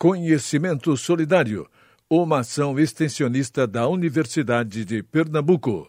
Conhecimento Solidário, uma ação extensionista da Universidade de Pernambuco.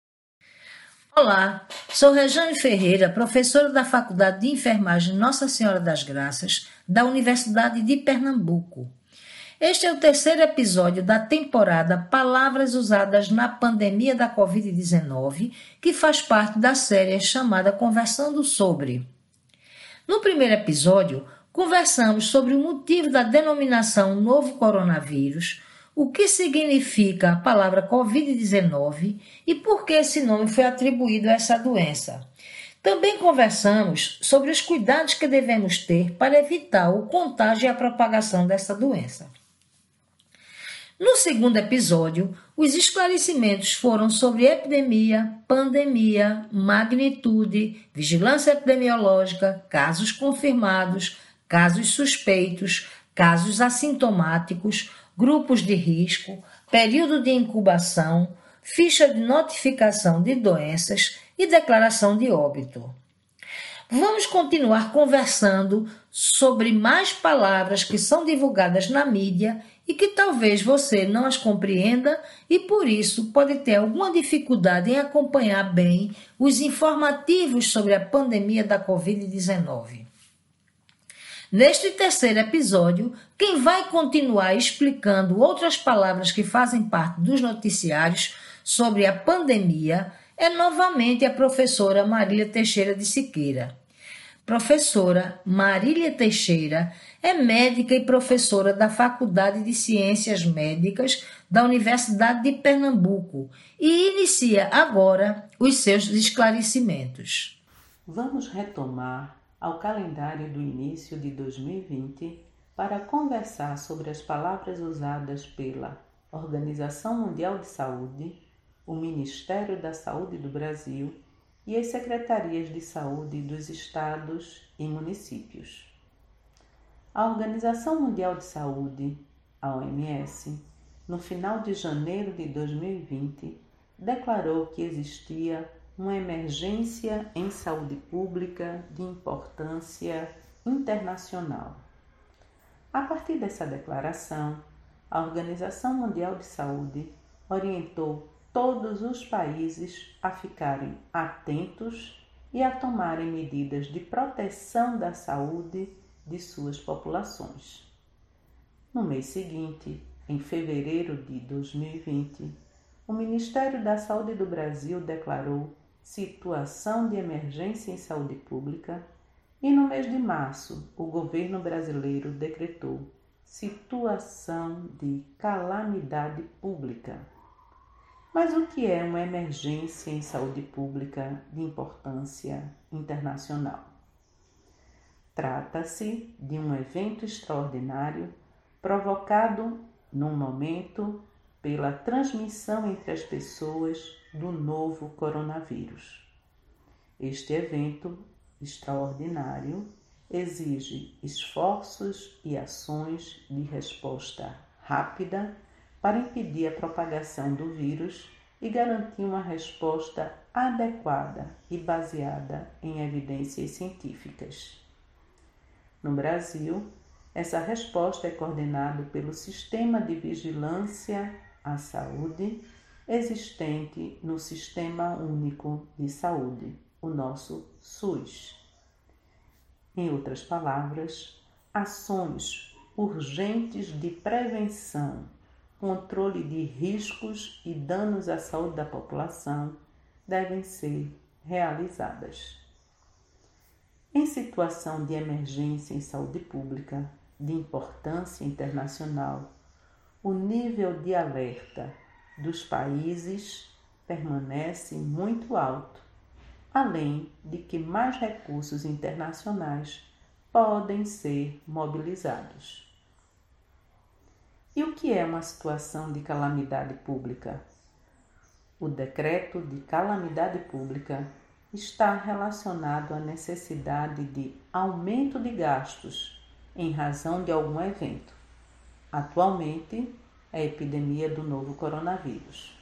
Olá, sou Rejane Ferreira, professora da Faculdade de Enfermagem Nossa Senhora das Graças, da Universidade de Pernambuco. Este é o terceiro episódio da temporada Palavras Usadas na Pandemia da Covid-19, que faz parte da série chamada Conversando Sobre. No primeiro episódio, conversamos sobre o motivo da denominação novo coronavírus, o que significa a palavra Covid-19 e por que esse nome foi atribuído a essa doença. Também conversamos sobre os cuidados que devemos ter para evitar o contágio e a propagação dessa doença. No segundo episódio, os esclarecimentos foram sobre epidemia, pandemia, magnitude, vigilância epidemiológica, casos confirmados, casos suspeitos, casos assintomáticos, grupos de risco, período de incubação, ficha de notificação de doenças e declaração de óbito. Vamos continuar conversando sobre mais palavras que são divulgadas na mídia e que talvez você não as compreenda e, por isso, pode ter alguma dificuldade em acompanhar bem os informativos sobre a pandemia da Covid-19. Neste terceiro episódio, quem vai continuar explicando outras palavras que fazem parte dos noticiários sobre a pandemia é novamente a professora Marília Teixeira de Siqueira. Professora Marília Teixeira é médica e professora da Faculdade de Ciências Médicas da Universidade de Pernambuco e inicia agora os seus esclarecimentos. Vamos retomar ao calendário do início de 2020 para conversar sobre as palavras usadas pela Organização Mundial de Saúde, o Ministério da Saúde do Brasil e as secretarias de saúde dos estados e municípios. A Organização Mundial de Saúde, a OMS, no final de janeiro de 2020, declarou que existia uma emergência em saúde pública de importância internacional. A partir dessa declaração, a Organização Mundial de Saúde orientou todos os países a ficarem atentos e a tomarem medidas de proteção da saúde de suas populações. No mês seguinte, em fevereiro de 2020, o Ministério da Saúde do Brasil declarou situação de emergência em saúde pública e no mês de março o governo brasileiro decretou situação de calamidade pública. Mas o que é uma emergência em saúde pública de importância internacional? Trata-se de um evento extraordinário provocado num momento pela transmissão entre as pessoas do novo coronavírus. Este evento extraordinário exige esforços e ações de resposta rápida para impedir a propagação do vírus e garantir uma resposta adequada e baseada em evidências científicas. No Brasil, essa resposta é coordenada pelo Sistema de Vigilância à Saúde existente no Sistema Único de Saúde, o nosso SUS. Em outras palavras, ações urgentes de prevenção, controle de riscos e danos à saúde da população devem ser realizadas. Em situação de emergência em saúde pública de importância internacional, o nível de alerta dos países permanece muito alto, além de que mais recursos internacionais podem ser mobilizados. E o que é uma situação de calamidade pública? O decreto de calamidade pública está relacionado à necessidade de aumento de gastos em razão de algum evento. Atualmente, a epidemia do novo coronavírus.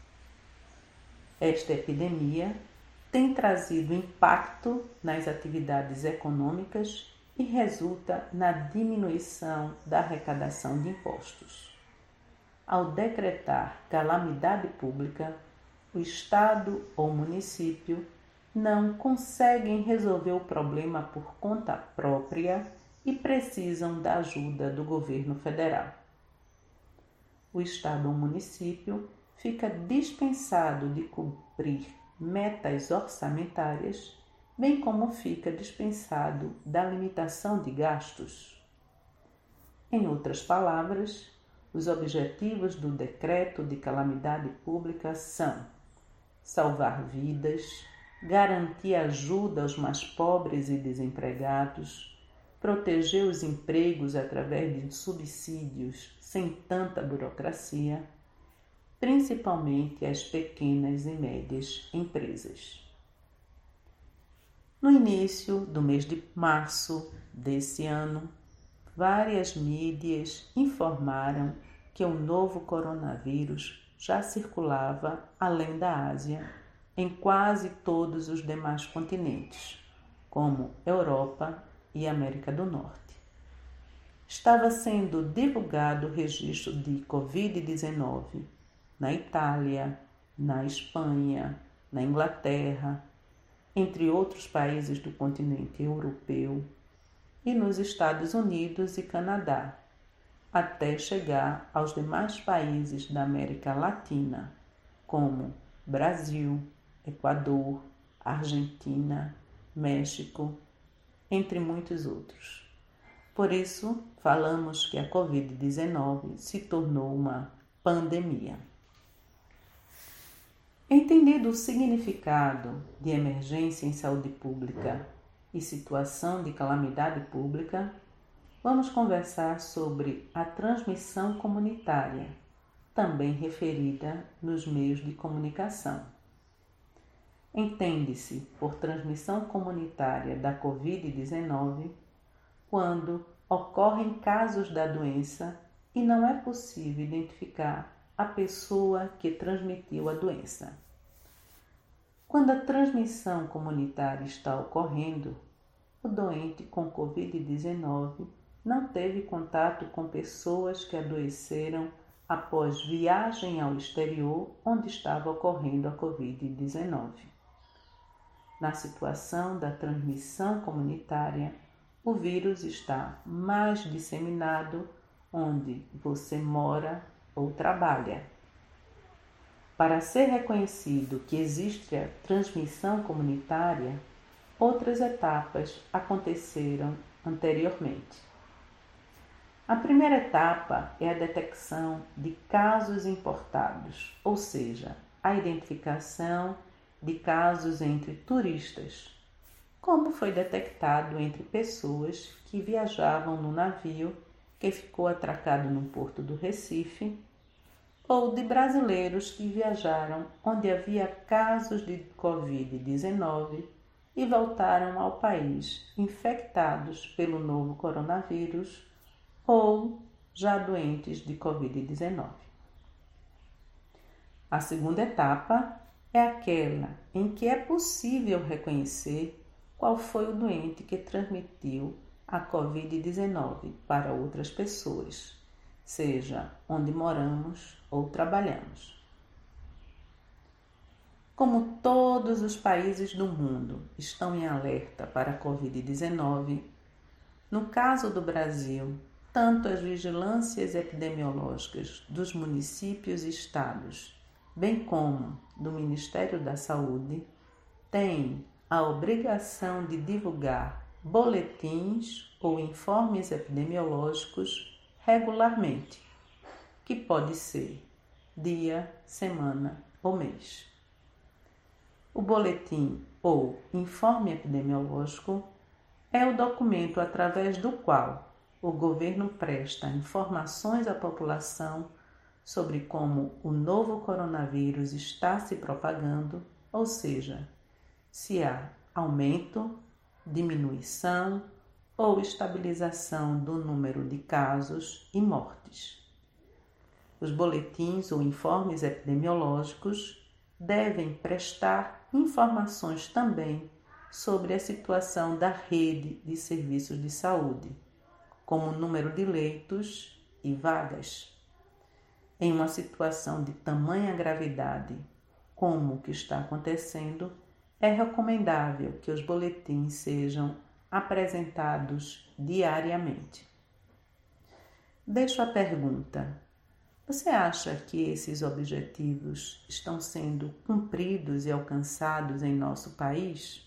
Esta epidemia tem trazido impacto nas atividades econômicas e resulta na diminuição da arrecadação de impostos. Ao decretar calamidade pública, o Estado ou município não conseguem resolver o problema por conta própria e precisam da ajuda do governo federal. O Estado ou município fica dispensado de cumprir metas orçamentárias, bem como fica dispensado da limitação de gastos. Em outras palavras, os objetivos do decreto de calamidade pública são salvar vidas, garantir ajuda aos mais pobres e desempregados, proteger os empregos através de subsídios sem tanta burocracia, principalmente as pequenas e médias empresas. No início do mês de março desse ano, várias mídias informaram que o novo coronavírus já circulava além da Ásia, em quase todos os demais continentes, como Europa e América do Norte. Estava sendo divulgado o registro de Covid-19 na Itália, na Espanha, na Inglaterra, entre outros países do continente europeu, e nos Estados Unidos e Canadá, até chegar aos demais países da América Latina, como Brasil, Equador, Argentina, México, entre muitos outros. Por isso, falamos que a Covid-19 se tornou uma pandemia. Entendido o significado de emergência em saúde pública e situação de calamidade pública, vamos conversar sobre a transmissão comunitária, também referida nos meios de comunicação. Entende-se por transmissão comunitária da Covid-19 quando ocorrem casos da doença e não é possível identificar a pessoa que transmitiu a doença. Quando a transmissão comunitária está ocorrendo, o doente com Covid-19 não teve contato com pessoas que adoeceram após viagem ao exterior onde estava ocorrendo a Covid-19. Na situação da transmissão comunitária, o vírus está mais disseminado onde você mora ou trabalha. Para ser reconhecido que existe a transmissão comunitária, outras etapas aconteceram anteriormente. A primeira etapa é a detecção de casos importados, ou seja, a identificação de casos entre turistas, como foi detectado entre pessoas que viajavam no navio que ficou atracado no porto do Recife, ou de brasileiros que viajaram onde havia casos de Covid-19 e voltaram ao país infectados pelo novo coronavírus ou já doentes de Covid-19. A segunda etapa é aquela em que é possível reconhecer qual foi o doente que transmitiu a Covid-19 para outras pessoas, seja onde moramos ou trabalhamos. Como todos os países do mundo estão em alerta para a Covid-19, no caso do Brasil, tanto as vigilâncias epidemiológicas dos municípios e estados, bem como do Ministério da Saúde, têm a obrigação de divulgar boletins ou informes epidemiológicos regularmente, que pode ser dia, semana ou mês. O boletim ou informe epidemiológico é o documento através do qual o governo presta informações à população sobre como o novo coronavírus está se propagando, ou seja, se há aumento, diminuição ou estabilização do número de casos e mortes. Os boletins ou informes epidemiológicos devem prestar informações também sobre a situação da rede de serviços de saúde, como número de leitos e vagas. Em uma situação de tamanha gravidade como o que está acontecendo, é recomendável que os boletins sejam apresentados diariamente. Deixo a pergunta: você acha que esses objetivos estão sendo cumpridos e alcançados em nosso país?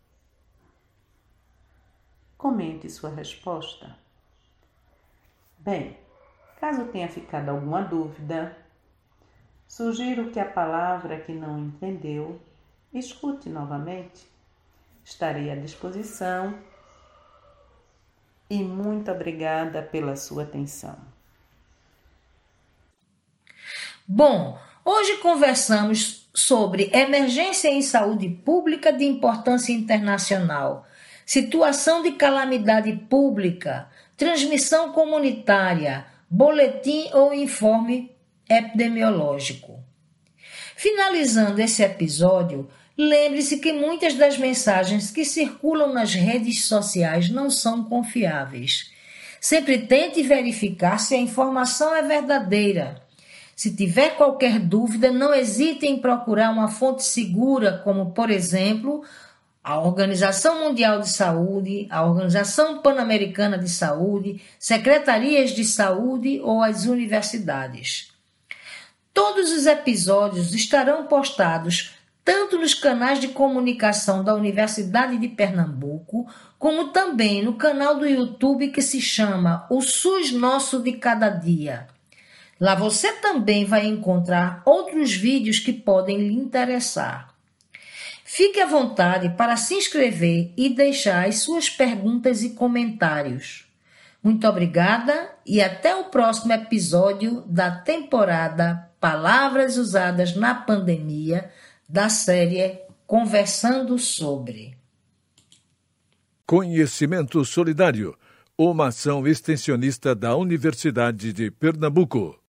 Comente sua resposta. Bem, caso tenha ficado alguma dúvida, sugiro que a palavra que não entendeu, escute novamente. Estarei à disposição e muito obrigada pela sua atenção. Bom, hoje conversamos sobre emergência em saúde pública de importância internacional, situação de calamidade pública, transmissão comunitária, boletim ou informe epidemiológico. Finalizando esse episódio, lembre-se que muitas das mensagens que circulam nas redes sociais não são confiáveis. Sempre tente verificar se a informação é verdadeira. Se tiver qualquer dúvida, não hesite em procurar uma fonte segura, como, por exemplo, a Organização Mundial de Saúde, a Organização Pan-Americana de Saúde, secretarias de saúde ou as universidades. Todos os episódios estarão postados tanto nos canais de comunicação da Universidade de Pernambuco, como também no canal do YouTube que se chama O SUS Nosso de Cada Dia. Lá você também vai encontrar outros vídeos que podem lhe interessar. Fique à vontade para se inscrever e deixar as suas perguntas e comentários. Muito obrigada e até o próximo episódio da temporada Palavras Usadas na Pandemia, da série Conversando Sobre. Conhecimento Solidário, uma ação extensionista da Universidade de Pernambuco.